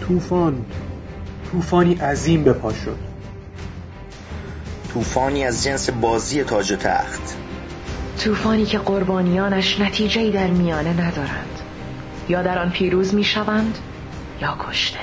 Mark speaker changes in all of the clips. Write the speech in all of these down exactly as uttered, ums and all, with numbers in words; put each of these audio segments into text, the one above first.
Speaker 1: طوفان طوفانی عظیم به پا شد.
Speaker 2: طوفانی از جنس بازی تاج و تخت.
Speaker 3: طوفانی که قربانیانش نتیجه‌ای در میانه ندارند، یا در آن پیروز می‌شوند یا کشته.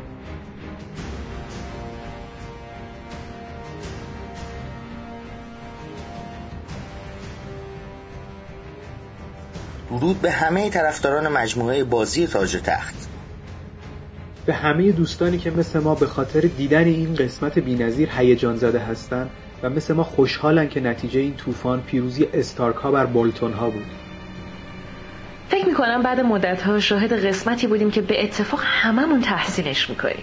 Speaker 2: درود به همه طرفداران مجموعه بازی تاج و تخت،
Speaker 1: به همه دوستانی که مثل ما به خاطر دیدن این قسمت بی‌نظیر هیجان زده هستند و مثل ما خوشحالن که نتیجه این طوفان پیروزی استارک ها بر بولتون ها بود.
Speaker 3: فکر میکنم بعد مدت ها شاهد قسمتی بودیم که به اتفاق هممون تحسینش میکنیم.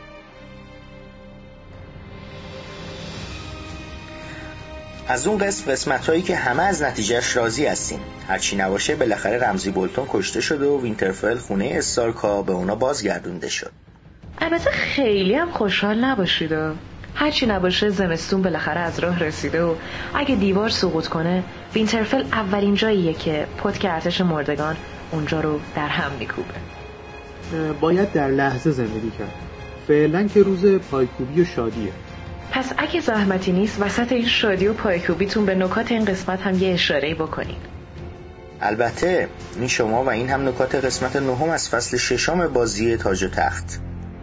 Speaker 2: از اون قسم قسمت هایی که همه از نتیجهش راضی هستیم. هرچی نباشه بالاخره رمزی بولتون کشته شد و وینترفل خونه استارک ها به اونا بازگردونده شد.
Speaker 3: البته خیلی هم خوشحال نباشید. هرچی نباشه زمستون بالاخره از راه رسیده و اگه دیوار سقوط کنه وینترفل اولین جاییه که پتک ارتش مردگان اونجا رو در هم میکوبه.
Speaker 1: باید در لحظه زندگی کرد. فعلا که روز پایکوبی و شادیه.
Speaker 3: پس اگه زحمتی نیست وسط این شادی و پایکوبیتون به نکات این قسمت هم یه اشاره‌ای بکنین.
Speaker 2: البته این شما و این هم نکات قسمت نهم از فصل ششم بازی تاج و تخت.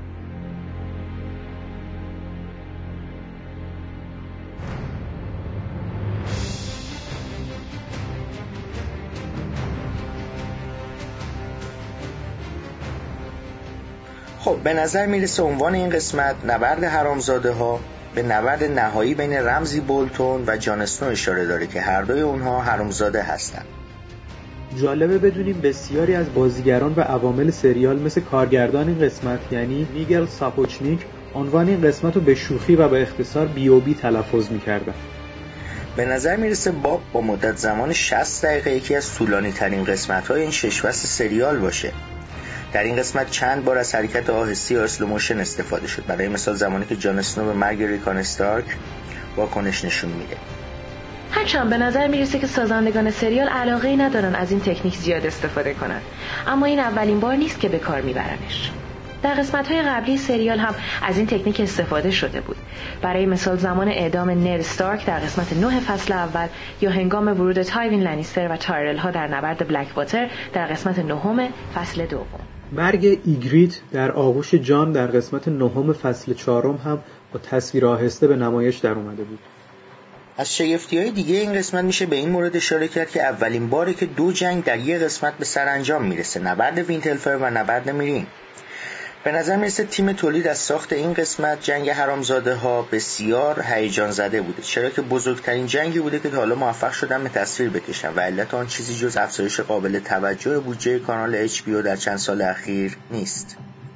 Speaker 2: خب به نظر میرسه عنوان این قسمت نبرد حرامزاده ها به نبرد نهایی بین رمزی بولتون و جان اسنو اشاره داره که هر دوی اونها حرامزاده هستن.
Speaker 1: جالبه بدونیم بسیاری از بازیگران و عوامل سریال مثل کارگردان این قسمت یعنی میگل ساپوچنیک عنوان این قسمت رو به شوخی و به اختصار بی او بی تلفظ میکردن.
Speaker 2: به نظر میرسه باب با مدت زمان شصت دقیقه یکی از طولانی ترین قسمت های این شش فصل سریال باشه. در این قسمت چند بار از حرکت آهسته یا اسلو موشن استفاده شد. برای مثال زمانی که جان اسنو به مرگ ریکان استارک واکنش نشون میده.
Speaker 3: هرچند به نظر میرسه که سازندگان سریال علاقه‌ای ندارن از این تکنیک زیاد استفاده کنن، اما این اولین بار نیست که به کار میبرنش. در قسمت‌های قبلی سریال هم از این تکنیک استفاده شده بود. برای مثال زمان اعدام نed استارک در قسمت نه فصل اول یا هنگام ورود تایوین لنیستر و تایرل ها در نبرد بلک واتر در قسمت نهم فصل دوم.
Speaker 1: مرگ ایگریت در آغوش جان در قسمت نهم فصل چهارم هم با تصویر آهسته به نمایش در اومده بود.
Speaker 2: از شگفتی‌های دیگه این قسمت میشه به این مورد اشاره کرد که اولین باره که دو جنگ در یک قسمت به سرانجام میرسه، نبرد وینترفل و نبرد میرین. به نظر میرسه تیم تولید از ساخت این قسمت جنگ حرامزاده ها بسیار هیجان زده بوده، چرا که بزرگترین جنگی بوده که تا حالا موفق شدن به تصویر بکشن و علت آن چیزی جز افزایش قابل توجه بودجه کانال اچ بی او در چند سال اخیر نیست.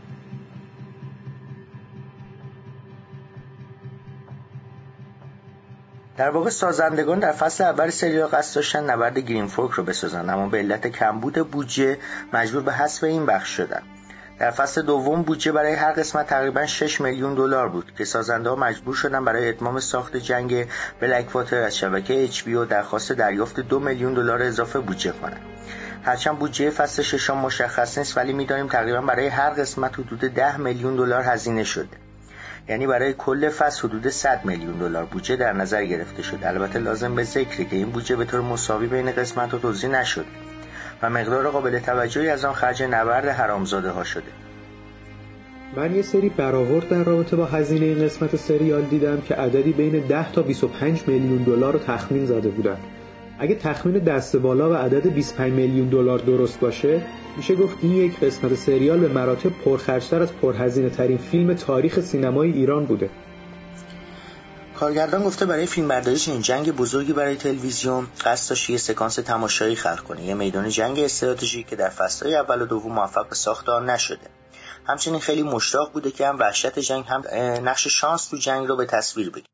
Speaker 2: در واقع سازندگان در فصل اول سریال قصد داشتن نبرد گرین فورک رو بسازن، اما به علت کمبود بودجه مجبور به حذف این بخش شدن. در فصل دوم بودجه برای هر قسمت تقریباً شش میلیون دلار بود که سازنده‌ها مجبور شدن برای اتمام ساخت جنگ بلک واتر از شبکه اچ بی او درخواست دریافت دو میلیون دلار اضافه بودجه کنند. هرچند بودجه فصل ششم مشخص نیست، ولی می‌دانیم تقریباً برای هر قسمت حدود ده میلیون دلار هزینه شده. یعنی برای کل فصل حدود صد میلیون دلار بودجه در نظر گرفته شده. البته لازم به ذکره که این بودجه به طور مساوی بین قسمت‌ها توزیع نشده و مقدار قابل توجهی از آن خرج نبرد حرامزاده ها شده.
Speaker 1: من یه سری برآورد در رابطه با هزینه این قسمت سریال دیدم که عددی بین ده تا بیست و پنج میلیون دلار رو تخمین زده بودن. اگه تخمین دست بالا و عدد بیست و پنج میلیون دلار درست باشه، میشه گفت این یک قسمت سریال به مراتب پرخرج‌تر از پرهزینه ترین فیلم تاریخ سینمای ایران بوده.
Speaker 2: کارگردان گفته برای فیلمبرداریش این جنگ بزرگی برای تلویزیون قصد داشت یه سکانس تماشایی خلق کنه، یه میدان جنگ استراتژیک که در فصل‌های اول و دوم موفق به ساخت آن نشده. همچنین خیلی مشتاق بوده که هم وحشت جنگ هم نقش شانس تو جنگ رو به تصویر بگیره.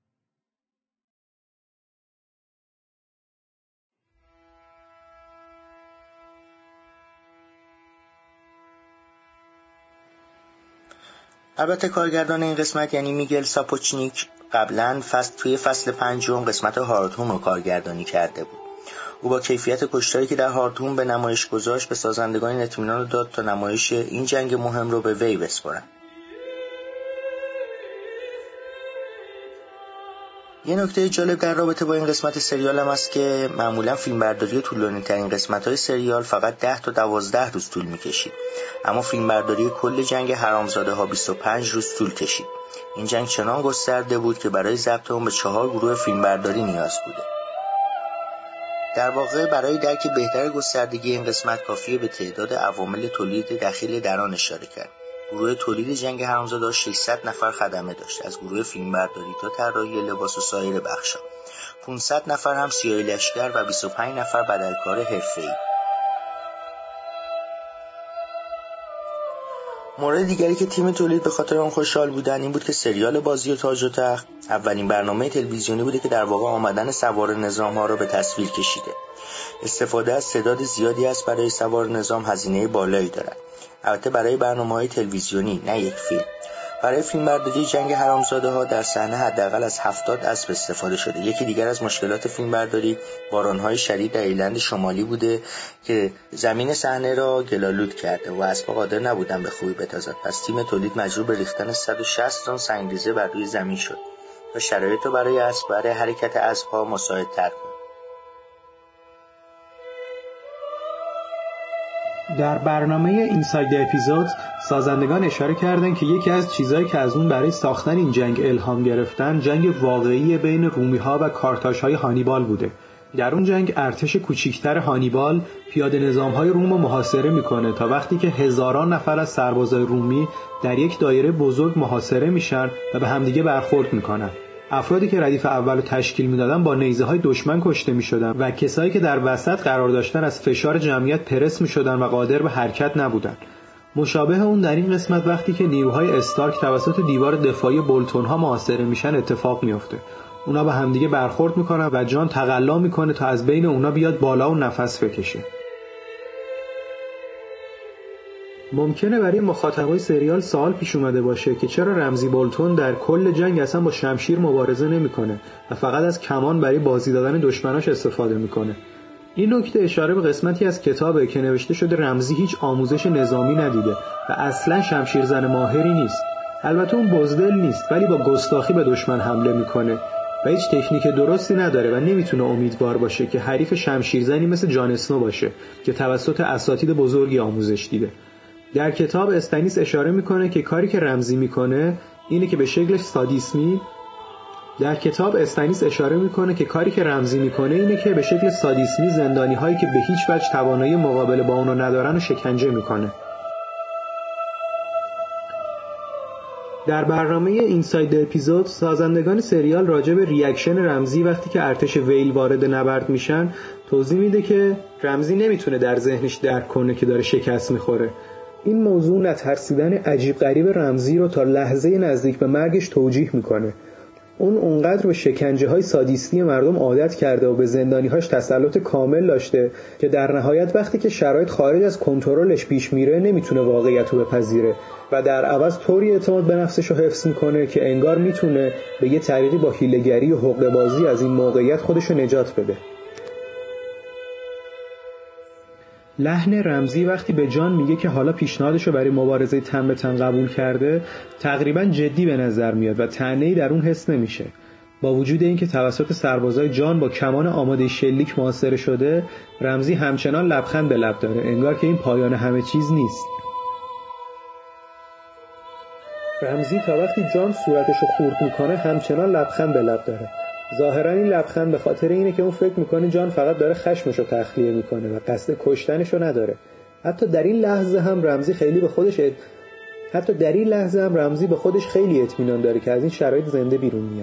Speaker 2: البته کارگردان این قسمت یعنی میگل ساپوچنیک قبلا فصل توی فصل پنجم قسمت هاردهوم رو کارگردانی کرده بود. او با کیفیت کشتاری که در هاردهوم به نمایش گذاشت به سازندگان اطمینان داد تا نمایش این جنگ مهم رو به وی بسپارن. یه نکته جالب در رابطه با این قسمت سریال هم است که معمولا فیلمبرداری طولانی ترین قسمت‌های سریال فقط ده تا دوازده روز طول می‌کشید، اما فیلمبرداری کل جنگ حرامزاده‌ها بیست و پنج روز طول کشید. این جنگ چنان گسترده بود که برای ضبط اون به چهار گروه فیلمبرداری نیاز بوده. در واقع برای درک بهتر گستردگی این قسمت کافیه به تعداد عوامل تولید دخیل در آن اشاره کرد. گروه تولید جنگ حرامزاده‌ها ششصد نفر خدمه داشت، از گروه فیلمبرداری تا طراحی لباس و سایر بخش‌ها. پانصد نفر هم سیاهی لشکر و بیست و پنج نفر بدلکار حرفه‌ای. مورد دیگری که تیم تولید به خاطر آن خوشحال بودن این بود که سریال بازی و تاج و تخت اولین برنامه تلویزیونی بوده که در واقع آمدن سوار نظام‌ها را به تصویر کشیده. استفاده از تعداد زیادی است برای سوار نظام هزینه بالایی دارد. البته برای برنامه‌های تلویزیونی، نه یک فیلم. برای فیلمبرداری جنگ حرامزاده‌ها در صحنه حداقل از هفتاد اسب استفاده شده. یکی دیگر از مشکلات فیلمبرداری باران‌های شدید در ایرلند شمالی بوده که زمین صحنه را گلالود کرده و اسب‌ها قادر نبودند به خوبی بتازند. پس تیم تولید مجبور به ریختن صد و شصت تن سنگریزه بر روی زمین شد تا شرایط را برای اسب برای حرکت اسب‌ها مساعدتر کند.
Speaker 1: در برنامه اینساید اپیزود سازندگان اشاره کردند که یکی از چیزایی که از اون برای ساختن این جنگ الهام گرفتن جنگ واقعی بین رومی‌ها و کارتاژهای هانیبال بوده. در اون جنگ ارتش کوچیکتر هانیبال پیاده نظام‌های روم رو محاصره میکنه تا وقتی که هزاران نفر از سربازای رومی در یک دایره بزرگ محاصره میشن و به همدیگه برخورد میکنن. افرادی که ردیف اول رو تشکیل میدادن با نیزه‌های دشمن کشته میشدن و کسایی که در وسط قرار داشتن از فشار جمعیت پرس میشدن و قادر به حرکت نبودن. مشابه اون در این قسمت وقتی که نیروهای استارک توسط دیوار دفاعی بولتون‌ها محاصره میشن اتفاق میفته. اونا با همدیگه برخورد میکنن و جان تقلا میکنه تا از بین اونا بیاد بالا و نفس بکشه. ممکنه برای مخاطبای سریال سوال پیش اومده باشه که چرا رمزی بولتون در کل جنگ اصلا با شمشیر مبارزه نمیکنه و فقط از کمان برای بازی دادن دشمناش استفاده میکنه. این نکته اشاره به قسمتی از کتابه که نوشته شده رمزی هیچ آموزش نظامی ندیده و اصلا شمشیرزن ماهری نیست. البته اون بزدل نیست ولی با گستاخی به دشمن حمله میکنه و هیچ تکنیک درستی نداره و نمیتونه امیدوار باشه که حریف شمشیرزنی مثل جان اسنو باشه که توسط اساتید بزرگی آموزش دیده. در کتاب استنیس اشاره میکنه که کاری که رمزی میکنه اینه که به شکل سادیسمی در کتاب استنیس اشاره میکنه که کاری که رمزی میکنه اینه که به شکل سادیسمی زندانی هایی که به هیچ وجه توانایی مقابله با اونو ندارن و شکنجه میکنه. در برنامه اینساید اپیزود سازندگان سریال راجع به ریاکشن رمزی وقتی که ارتش ویل وارد نبرد میشن توضیح میده که رمزی نمیتونه در ذهنش درک کنه که داره شکست میخوره. این موضوع نترسیدن عجیب غریب رمزی رو تا لحظه نزدیک به مرگش توجیه میکنه. اون اونقدر به شکنجه های سادیستی مردم عادت کرده و به زندانی‌هاش تسلط کامل داشته که در نهایت وقتی که شرایط خارج از کنترلش پیش میره نمیتونه واقعیت رو بپذیره و در عوض طوری اعتماد به نفسش رو حفظ میکنه که انگار میتونه به یه طریقی با حیله‌گری و حقه‌بازی از این موقعیت خودش رو نجات بده. لحن رمزی وقتی به جان میگه که حالا پیشنهادشو برای مبارزه تن به تن قبول کرده تقریبا جدی به نظر میاد و طعنه‌ای در اون حس نمیشه. با وجود اینکه توسط سربازای جان با کمان آماده شلیک محاصره شده، رمزی همچنان لبخند به لب داره، انگار که این پایان همه چیز نیست. رمزی تا وقتی جان صورتشو خورد میکنه همچنان لبخند به لب داره. ظاهرا این لبخند به خاطر اینه که اون فکر میکنه جان فقط داره خشمشو تخلیه میکنه و قصد کشتنشو نداره. حتی در این لحظه هم رمزی خیلی به خودش ات... حتی در این لحظه هم رمزی به خودش خیلی اطمینان داره که از این شرایط زنده بیرون میاد.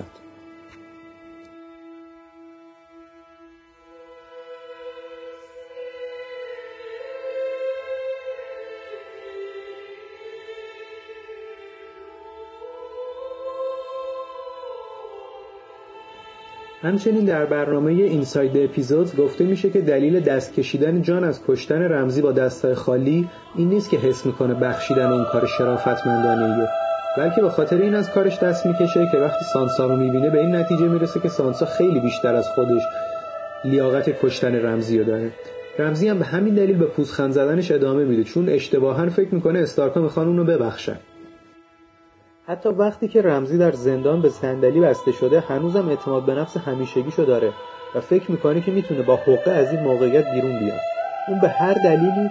Speaker 1: همچنین در برنامه اینساید اپیزودز گفته میشه که دلیل دست کشیدن جان از کشتن رمزی با دستای خالی این نیست که حس میکنه بخشیدن اون کار شرافتمندانه‌ایه، بلکه به خاطر این از کارش دست میکشه که وقتی سانسا رو میبینه به این نتیجه میرسه که سانسا خیلی بیشتر از خودش لیاقت کشتن رمزی رو داره. رمزی هم به همین دلیل به پوزخند زدنش ادامه میده، چون اشتباهاً فکر میکنه استارکا میخوان اونو ببخشن. حتی وقتی که رمزی در زندان به صندلی بسته شده هنوزم اعتماد به نفس همیشگیشو داره و فکر میکنه که میتونه با حقه از این موقعیت بیرون بیاد. اون به هر دلیلی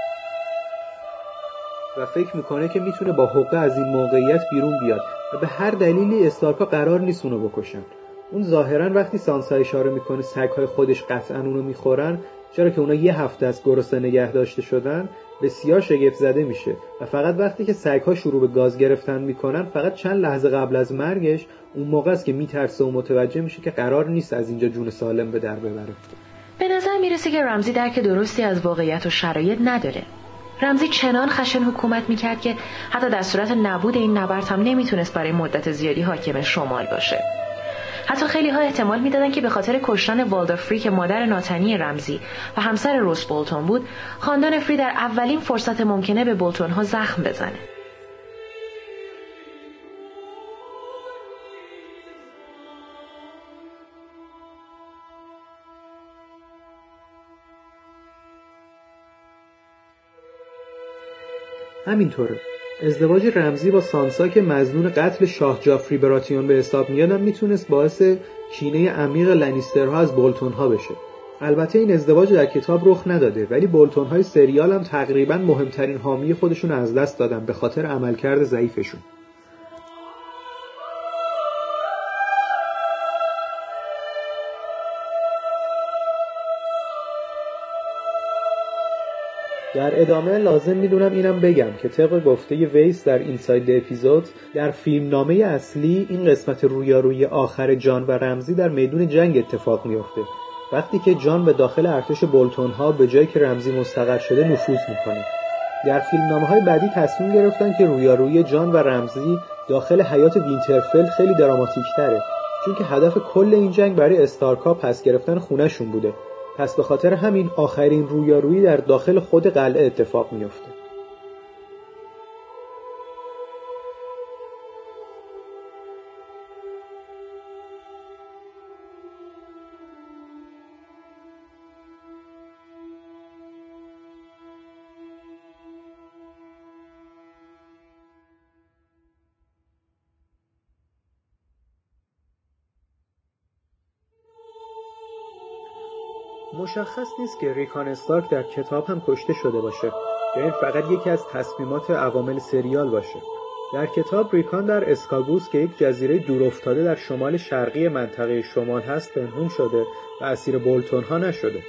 Speaker 1: و فکر میکنه که میتونه با حقه از این موقعیت بیرون بیاد و به هر دلیلی استارکا قرار نیست اونو بکشن. اون ظاهرا وقتی سانسا اشاره میکنه سگ‌های خودش قطعاً اونو میخورن، چرا که اونا یه هفته از گرسنه نگه داشته شدن، بسیار شگفت زده میشه و فقط وقتی که سگ‌ها شروع به گاز گرفتن میکنن، فقط چند لحظه قبل از مرگش، اون موقع است که میترسه و متوجه میشه که قرار نیست از اینجا جون سالم به در ببره.
Speaker 3: به نظر میرسه که رمزی درک درستی از واقعیت و شرایط نداره. رمزی چنان خشن حکومت میکرد که حتی در صورت نبود این نبرد هم نمیتونست برای مدت زیادی حاکم شمال باشه. حتی خیلی ها احتمال میدادن که به خاطر کشتن والدا فری که مادر ناتنی رمزی و همسر روس بولتون بود، خاندان فری در اولین فرصت ممکنه به بولتون ها زخم بزنه.
Speaker 1: همینطوره. ازدواج رمزی با سانسا که مظنون قتل شاه جافری براتیون به حساب میاد میتونست باعث کینه عمیق لنیسترها از بولتون ها بشه. البته این ازدواج در کتاب رخ نداده، ولی بولتون های سریال هم تقریبا مهمترین حامی خودشون از دست دادن به خاطر عملکرد ضعیفشون. در ادامه لازم میدونم اینم بگم که طبق گفته ویس در اینساید اپیزود، در فیلمنامه اصلی این قسمت رویارویی آخر جان و رمزی در میدون جنگ اتفاق میفته، وقتی که جان به داخل ارتش بولتون ها به جایی که رمزی مستقر شده نفوذ میکنه. در فیلمنامه های بعدی تصمیم گرفتن که رویارویی جان و رمزی داخل حیات وینترفل خیلی دراماتیک تره، چون که هدف کل این جنگ برای استارکا پس گرفتن خونه‌شون بوده. پس به خاطر همین آخرین رویارویی در داخل خود قلعه اتفاق میفته. مشخص نیست که ریکان استارک در کتاب هم کشته شده باشه یا این فقط یکی از تصمیمات عوامل سریال باشه. در کتاب ریکان در اسکاگوس که یک جزیره دورافتاده در شمال شرقی منطقه شمال هست پنهون شده و اسیر بولتون ها نشده.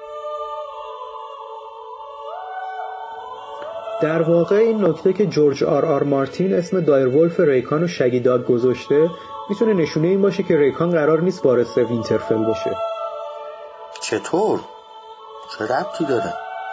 Speaker 1: در واقع این نکته که جورج آر آر مارتین اسم دایرولف ریکان و شگی داگ گذاشته میتونه نشونه این باشه که ریکان قرار نیست وارث وینترفل بشه.
Speaker 2: چطور؟ چه ربطی داره؟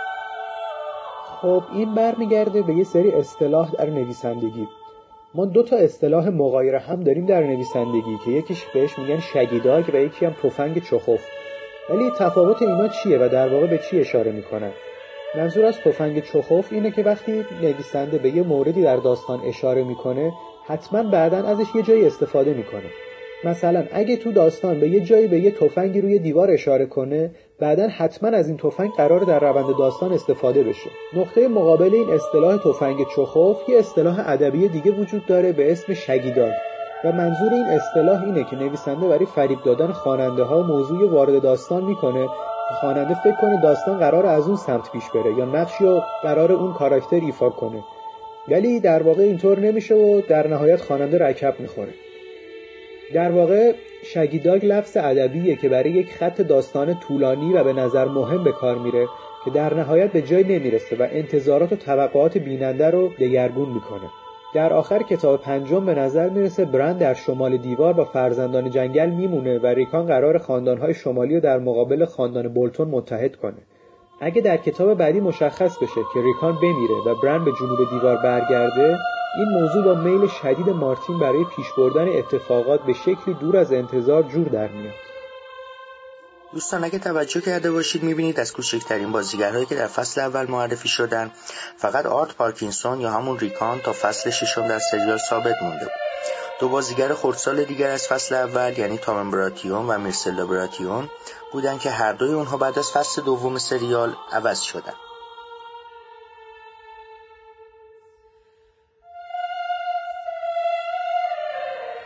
Speaker 1: خب این برمیگرده به یه سری اصطلاح در نویسندگی. ما دو تا اصطلاح مغایر هم داریم در نویسندگی که یکیش بهش میگن شگی داگ و یکی هم تفنگ چخوف. ولی تفاوت اینا چیه و در واقع به چی اشاره میکنن؟ منظور از تفنگ چخوف اینه که وقتی نویسنده به یه موردی در داستان اشاره میکنه حتما بعداً ازش یه جایی استفاده میکنه. مثلا اگه تو داستان به یه جایی به یه تفنگی روی دیوار اشاره کنه، بعداً حتما از این تفنگ قرار در روند داستان استفاده بشه. نقطه مقابل این اصطلاح تفنگ چخوف یه اصطلاح ادبی دیگه وجود داره به اسم شگی داگ و منظور این اصطلاح اینه که نویسنده برای فریب دادن خواننده ها موضوع وارد داستان میکنه که خواننده فکر کنه داستان قرار از اون سمت پیش بره یا نقشی رو قرار اون کاراکتر ایفا کنه، ولی در واقع اینطور نمیشه و در نهایت خواننده رکب میخوره. در واقع شگی داگ لفظ ادبیه که برای یک خط داستان طولانی و به نظر مهم به کار میره که در نهایت به جای نمیرسه و انتظارات و توقعات بیننده رو دگرگون میکنه. در آخر کتاب پنجم به نظر میرسه برند در شمال دیوار با فرزندان جنگل میمونه و ریکان قرار خاندانهای شمالی رو در مقابل خاندان بولتون متحد کنه. اگه در کتاب بعدی مشخص بشه که ریکان بمیره و برند به جنوب دیوار برگرده، این موضوع با میل شدید مارتین برای پیش بردن اتفاقات به شکلی دور از انتظار جور در میاد.
Speaker 2: دوستان اگه توجه کرده باشید میبینید از کوچکترین بازیگرهایی که در فصل اول معرفی شدن فقط آرت پارکینسون یا همون ریکان تا فصل ششم در سریال ثابت مونده بود. دو بازیگر خردسال دیگر از فصل اول یعنی تامن براتیون و میرسلا براتیون بودن که هر دوی اونها بعد از فصل دوم سریال عوض شدن.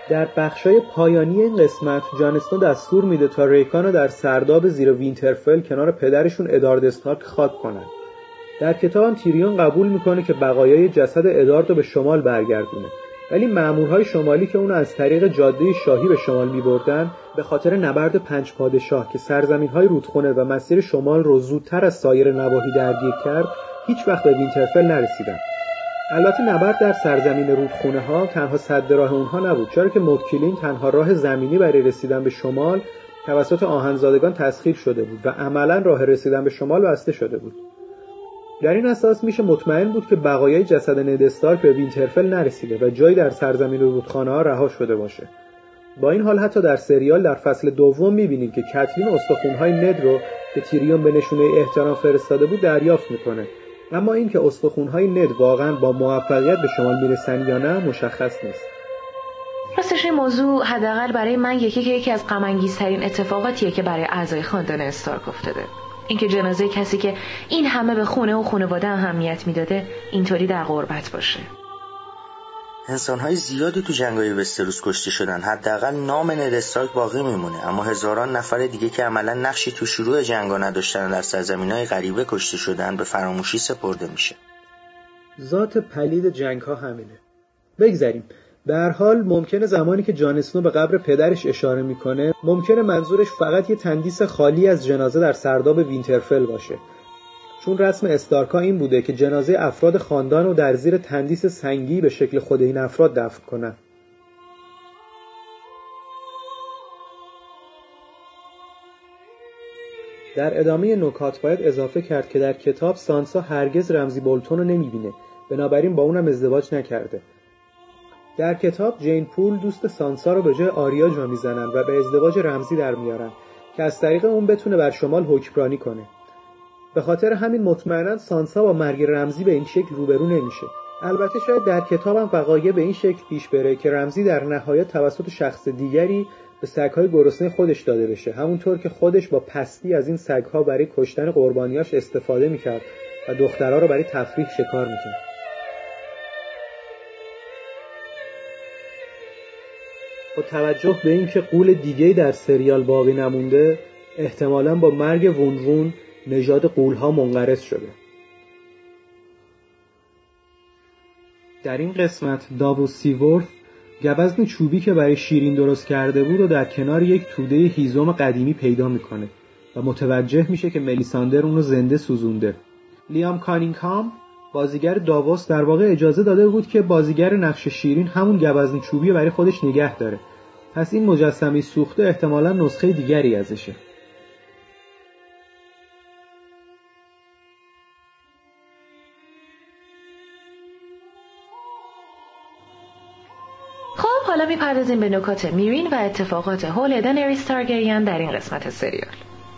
Speaker 1: در بخشای پایانی این قسمت جان اسنو دستور میده تا ریکان رو در سرداب زیر وینترفل کنار پدرشون ادارد استارک خاک کنن. در کتابم تیریون قبول میکنه که بقایای جسد ادارد رو به شمال برگردونه، ولی مأمورهای شمالی که اونو از طریق جاده شاهی به شمال میبردن به خاطر نبرد پنج پادشاه که سرزمین‌های رودخونه و مسیر شمال رو زودتر از سایر نواحی درگیر کرد، هیچ وقت به وینترفل نرسیدن. البته نبرد در سرزمین رودخونه ها تنها سد راه اونها نبود، چرا که موبکیلین تنها راه زمینی برای رسیدن به شمال توسط آهنزادگان تسخیر شده بود و عملاً راه رسیدن به شمال بسته شده بود. در این اساس میشه مطمئن بود که بقایای جسد نید استارک به وینترفل نرسیده و جایی در سرزمین رودخانه ها رها شده باشه. با این حال حتی در سریال در فصل دوم میبینیم که کتلین استخوان‌های ند رو که تیریون به نشونه احترام فرستاده بود دریافت میکنه، اما این که استخوان‌های ند واقعاً با موفقیت به شمال میرسن یا نه مشخص نیست.
Speaker 3: راستش این موضوع حداقل برای من یکی که یکی از غم‌انگیزترین اتفاقاتیه که برای اعضای خاندان استارک افتاده. اینکه جنازه کسی که این همه به خونه و خانواده اهمیت میداده اینطوری در غربت باشه.
Speaker 2: انسان‌های زیادی تو جنگ‌های وستروس کشته شدن، حداقل نام ند استارک باقی میمونه، اما هزاران نفر دیگه که عملاً نقشی تو شروع جنگ‌ها نداشتن در سرزمین‌های غریبه کشته شدن به فراموشی سپرده میشه.
Speaker 1: ذات پلید جنگ‌ها همینه. بگذریم. به هر حال ممکنه زمانی که جان اسنو به قبر پدرش اشاره میکنه ممکنه منظورش فقط یه تندیس خالی از جنازه در سرداب وینترفل باشه، چون رسم استارکا این بوده که جنازه افراد خاندان رو در زیر تندیس سنگی به شکل خود این افراد دفن کنن. در ادامه نکات باید اضافه کرد که در کتاب سانسا هرگز رمزی بولتون رو نمیبینه، بنابراین با اونم ازدواج نکرده. در کتاب جین پول دوست سانسا رو به جای آریا جا میزنن و به ازدواج رمزی در میارن که از طریق اون بتونه بر شمال حکمرانی کنه. به خاطر همین مطمئناً سانسا با مرگ رمزی به این شکل روبرو نمیشه. البته شاید در کتابم وقایع به این شکل پیش بره که رمزی در نهایت توسط شخص دیگری به سگ‌های گرسنه خودش داده بشه، همونطور که خودش با پستی از این سگ‌ها برای کشتن قربانیاش استفاده میکرد و دخترها رو برای تفریح شکار میکرد. با توجه به اینکه غول دیگه‌ای در سریال باقی نمونده، احتمالاً با مرگ وون وون نژاد غول‌ها منقرض شده. در این قسمت داووس سیورث گوزن چوبی که برای شیرین درست کرده بود و در کنار یک توده هیزم قدیمی پیدا میکنه و متوجه میشه که ملیساندر اون رو زنده سوزونده. لیام کانینگهام بازیگر داووس در واقع اجازه داده بود که بازیگر نقش شیرین همون گوزن چوبی برای خودش نگه داره، پس این مجسمه سوخته احتمالاً نسخه دیگری ازشه.
Speaker 3: خب حالا میپردازیم به نکات میرین و اتفاقات حول دانیریس تارگریان در این قسمت سریال.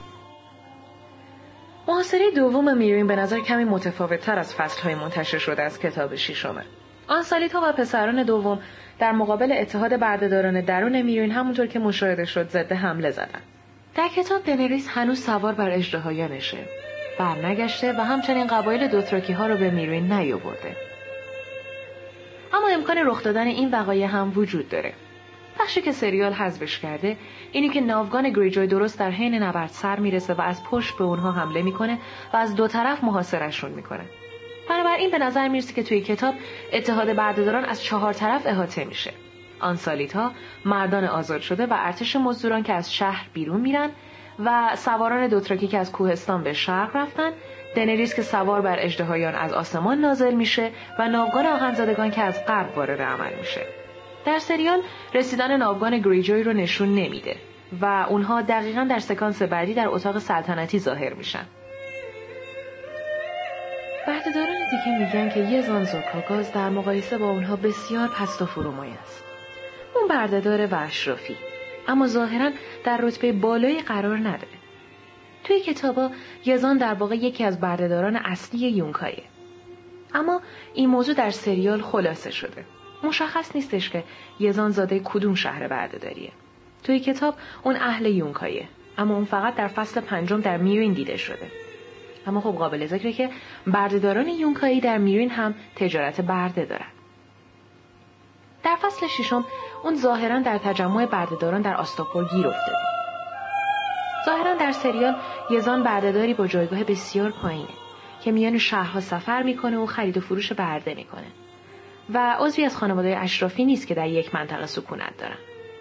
Speaker 3: محاصره دوم میرین به نظر کمی متفاوت‌تر از فصل‌های منتشر شده از کتاب ششمه. آنسالیتا و پسران دوم در مقابل اتحاد بردهداران درون میرین همونطور که مشاهده شد ضد حمله زدن. در کتاب دنریس هنوز سوار بر اژدهایانشه، برنگشته و همچنین قبایل دوتراکی ها رو به میرین نیاورده. اما امکان رخ دادن این وقایع هم وجود داره. بخشی که سریال حذفش کرده اینی که ناوگان گریجوی درست در حین نبرد سر میرسه و از پشت به اونها حمله میکنه و از دو طرف محاصرهشون میکنه. بنابراین به نظر میرسه که توی کتاب اتحاد بردهداران از چهار طرف احاطه میشه. آنسالیتا، مردان آزاد شده و ارتش مزدوران که از شهر بیرون میرن و سواران دوتراکی که از کوهستان به شرق رفتن، دنریس که سوار بر اژدهایان از آسمان نازل میشه و ناوگان آهنزادگان که از غرب وارد عمل میشه. در سریال رسیدن ناوگان گریجوی رو نشون نمیده و اونها دقیقاً در سکانس بعدی در اتاق سلطنتی ظاهر میشن. بردهداران دیگه میگن که یزان زوکاگاز در مقایسه با اونها بسیار پست و فرومایه است. اون بردهدار و اشرافی، اما ظاهراً در رتبه بالایی قرار نداره. توی کتابا یزان در واقع یکی از بردهداران اصلی یونکایه. اما این موضوع در سریال خلاصه شده. مشخص نیستش که یزان زاده کدوم شهر بردهداریه. توی کتاب اون اهل یونکایه، اما اون فقط در فصل پنجم در میرین دیده شده. اما خب قابل ذکره که بردهداران یونکایی در میرین هم تجارت برده دارن. در فصل ششم اون ظاهراً در تجمع بردهداران در آستاپور گیر افتاده. ظاهراً در سریال یزان بردهداری با جایگاه بسیار پایینه که میان شهرها سفر میکنه و خرید و فروش برده میکنه و عضوی از خانواده اشرافی نیست که در یک منطقه سکونت دارن.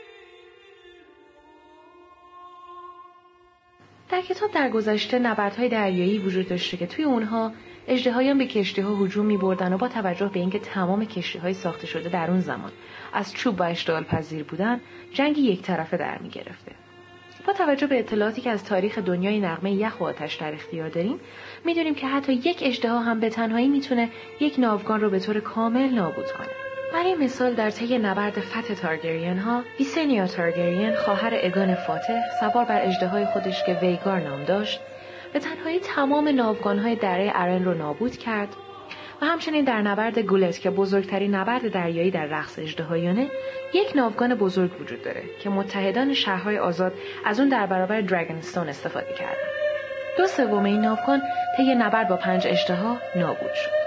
Speaker 3: در کتاب در گذشته نبردهای دریایی وجود داشته که توی اونها اژدهایان به کشتی‌ها هجوم می‌بردن و با توجه به اینکه تمام کشتی‌های ساخته شده در اون زمان از چوب و اشتعال پذیر بودن، جنگ یک طرفه در می‌گرفته. با توجه به اطلاعاتی که از تاریخ دنیای نغمه یخ و آتش در اختیار داریم، می‌دونیم که حتی یک اژدها هم به تنهایی می‌تونه یک ناوگان رو به طور کامل نابود کنه. برای مثال در طی نبرد فتح تارگریان ها، ویسنیا تارگریان خواهر اگان فاتح سوار بر اژدهای خودش که ویگار نام داشت، به تنهایی تمام ناوگان‌های دره ارن رو نابود کرد و همچنین در نبرد گولت که بزرگترین نبرد دریایی در رقص اژدهایانه، یک ناوگان بزرگ وجود داره که متحدان شهرهای آزاد از اون در برابر دراگونستون استفاده کردن. دو سوم این ناوگان طی نبرد با پنج اژدها نابود شد.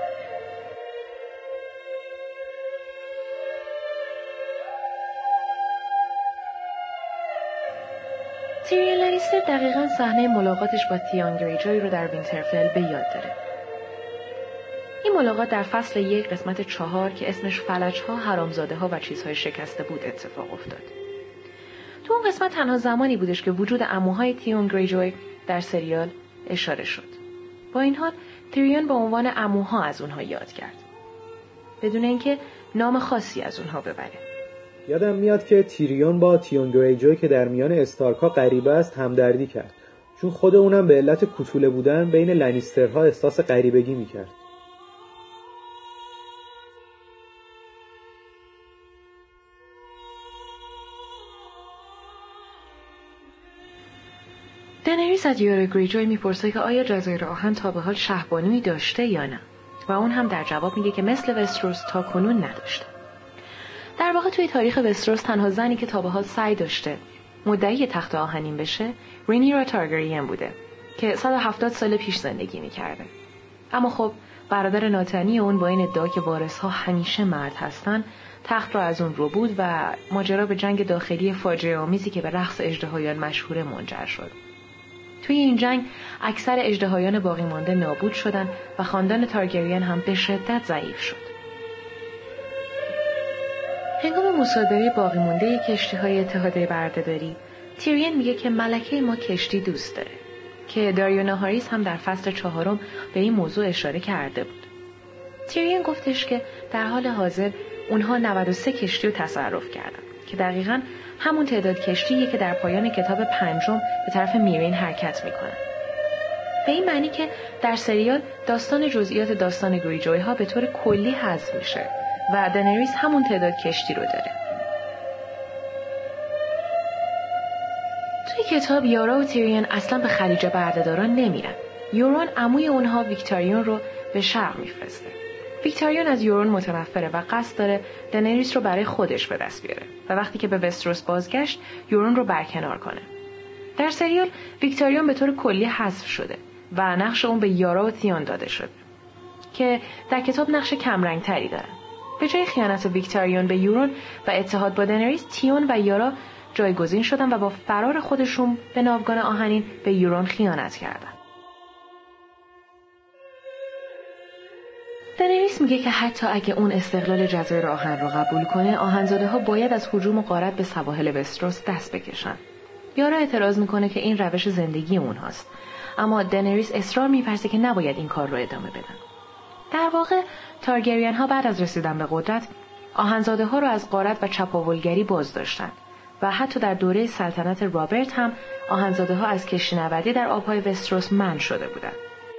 Speaker 3: تیریون لانیستر دقیقاً صحنه ملاقاتش با تیون گریجوی رو در وینترفل به یاد داره. این ملاقات در فصل یک قسمت چهار که اسمش فلج‌ها، حرامزاده‌ها و چیزهای شکسته بود اتفاق افتاد. تو اون قسمت تنها زمانی بودش که وجود عموهای تیون گریجوی در سریال اشاره شد. با این حال تیریون به عنوان عموها از اونها یاد کرد، بدون اینکه نام خاصی از اونها ببره.
Speaker 1: یادم میاد که تیریون با تیون گریجوی که در میان استارک‌ها غریبه است همدردی کرد، چون خود اونم به علت کوتوله بودن بین لنیسترها احساس غریبگی میکرد.
Speaker 3: دنریس از یورا گریجوی میپرسه که آیا جزایر آهن تا به حال شهبانویی داشته یا نه و اون هم در جواب میگه که مثل وستروس تا کنون نداشته. در واقع توی تاریخ وستروس تنها زنی که تا به حال سعی داشته مدعی تخت آهنین بشه رینیرا تارگریان بوده که صد و هفتاد سال پیش زندگی میکرده. اما خب برادر ناتنی اون با این ادعا که وارثها همیشه مرد هستن تخت را از اون رو بود و ماجرا به جنگ داخلی فاجعه آمیزی که به رقص اژدهایان مشهور منجر شد. توی این جنگ اکثر اژدهایان باقی مانده نابود شدن و خاندان تارگریان هم به شدت ضعیف شد. هنگام مصادره باقی مانده کشتی‌های اتحادیه بردهداری، تیریون میگه که ملکه ما کشتی دوست داره که داریو ناهاریس هم در فصل چهارم به این موضوع اشاره کرده بود. تیریون گفتش که در حال حاضر اونها نود و سه کشتی رو تصرف کردن که دقیقاً همون تعداد کشتیه که در پایان کتاب پنجم به طرف میرین حرکت میکنن. به این معنی که در سریال داستان جزئیات داستان گریجوی ها به طور کلی حذف میشه و دنریس همون تعداد کشتی رو داره. توی کتاب یارا و تیریون اصلا به خلیج بردهداران نمیرن. یورون عموی اونها ویکتاریون رو به شرق میفرسته. ویکتاریون از یورون متنفره و قصد داره دنریس رو برای خودش به دست بیاره و وقتی که به وستروس بازگشت یورون رو برکنار کنه. در سریال ویکتاریون به طور کلی حذف شده و نقش اون به یارا و تیون داده شده که در کتاب نقش کمرنگ تری دارن. به جای خیانت ویکتاریون به یورون و اتحاد با دنریس، تیون و یارا جایگزین شدن و با فرار خودشون به ناوگان آهنین به یورون خیانت کردن. دنریس میگه که حتی اگه اون استقلال جزایر آهن رو قبول کنه، آهنزاده ها باید از هجوم و غارت به سواحل وستروس دست بکشن. یارا اعتراض میکنه که این روش زندگی اونهاست، اما دنریس اصرار می‌ورزه که نباید این کار رو ادامه بدن. در واقع تارگریان ها بعد از رسیدن به قدرت آهنزاده ها رو از غارت و چپاولگری باز داشتن و حتی در دوره سلطنت رابرت هم آهنزاده ها از کشتی‌نوردی در آبهای وستروس منع شده بودند.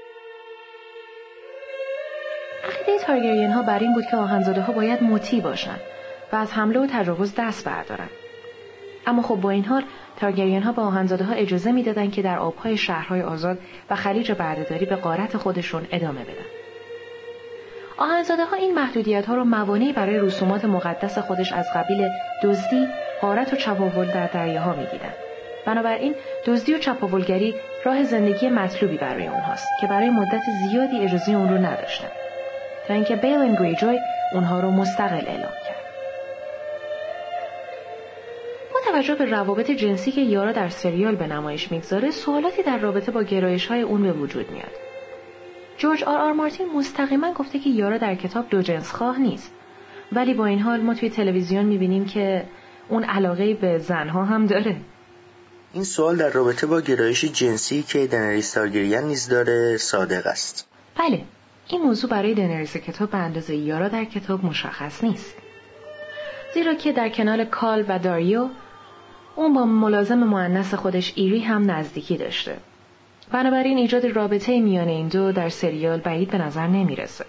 Speaker 3: عقیده تارگریان ها بر این بود که آهنزاده ها باید مطیع باشند و از حمله و تجاوز دست بردارند. اما خب با این حال تارگریان ها به آهنزاده ها اجازه میدادن که در آبهای شهرهای آزاد و خلیج بردهداری به غارت خودشون ادامه بدن. آهنزاده ها این محدودیت ها رو موانعی برای رسومات مقدس خودش از قبیل دزدی، غارت و چپاول در دریاها میدیدن. بنابراین دزدی و چپاولگری راه زندگی مطلوبی برای اونهاست که برای مدت زیادی اجازه اون رو نداشتن تا اینکه بیلن گریجوی اونها رو مستقل اعلام کرد. توجه به روابط جنسی که یارا در سریال به نمایش میگذاره، سوالاتی در رابطه با گرایش‌های اون به وجود میاد. جورج آر آر مارتین مستقیما گفته که یارا در کتاب دو جنس خواه نیست، ولی با این حال ما توی تلویزیون میبینیم که اون علاقه به زنها هم داره.
Speaker 2: این سوال در رابطه با گرایش جنسی که دنریس تارگریان نیز داره صادق است.
Speaker 3: بله، این موضوع برای دنریس کتاب به اندازه یارا در کتاب مشخص نیست، زیرا که در کنار کال و داریو اون با ملازم مؤنث خودش ایری هم نزدیکی داشته. بنابراین ایجاد رابطه میان این دو در سریال بعید به نظر نمیرسه.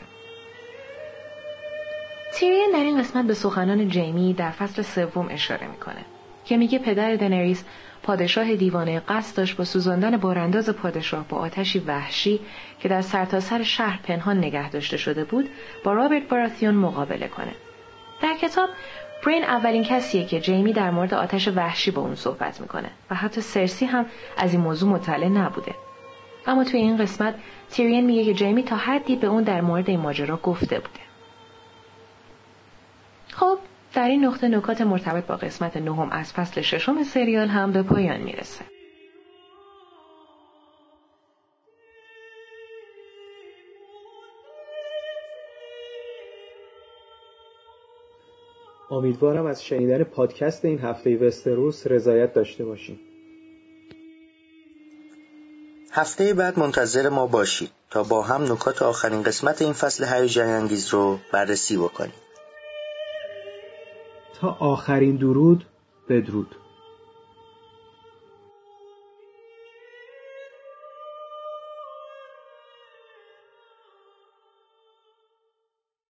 Speaker 3: تیریون در این قسمت به سخنان جیمی در فصل سوم اشاره میکنه که میگه پدر دنریس پادشاه دیوانه قصد داشت با سوزاندن بارانداز پادشاه با آتشی وحشی که در سرتاسر شهر پنهان نگه داشته شده بود با رابرت براتیون مقابله کنه. در کتاب برین اولین کسیه که جیمی در مورد آتش وحشی با اون صحبت میکنه و حتی سرسی هم از این موضوع مطلع نبوده. اما توی این قسمت تیریون میگه که جیمی تا حدی به اون در مورد این ماجرا گفته بوده. خب در این نقطه نکات مرتبط با قسمت نهم از فصل ششم سریال هم به پایان میرسه.
Speaker 1: امیدوارم از شنیدن پادکست این هفته وستروس رضایت داشته باشید.
Speaker 2: هفته بعد منتظر ما باشید تا با هم نکات آخرین قسمت این فصل هیجان انگیز رو بررسی بکنیم.
Speaker 1: تا آخرین درود، بدرود.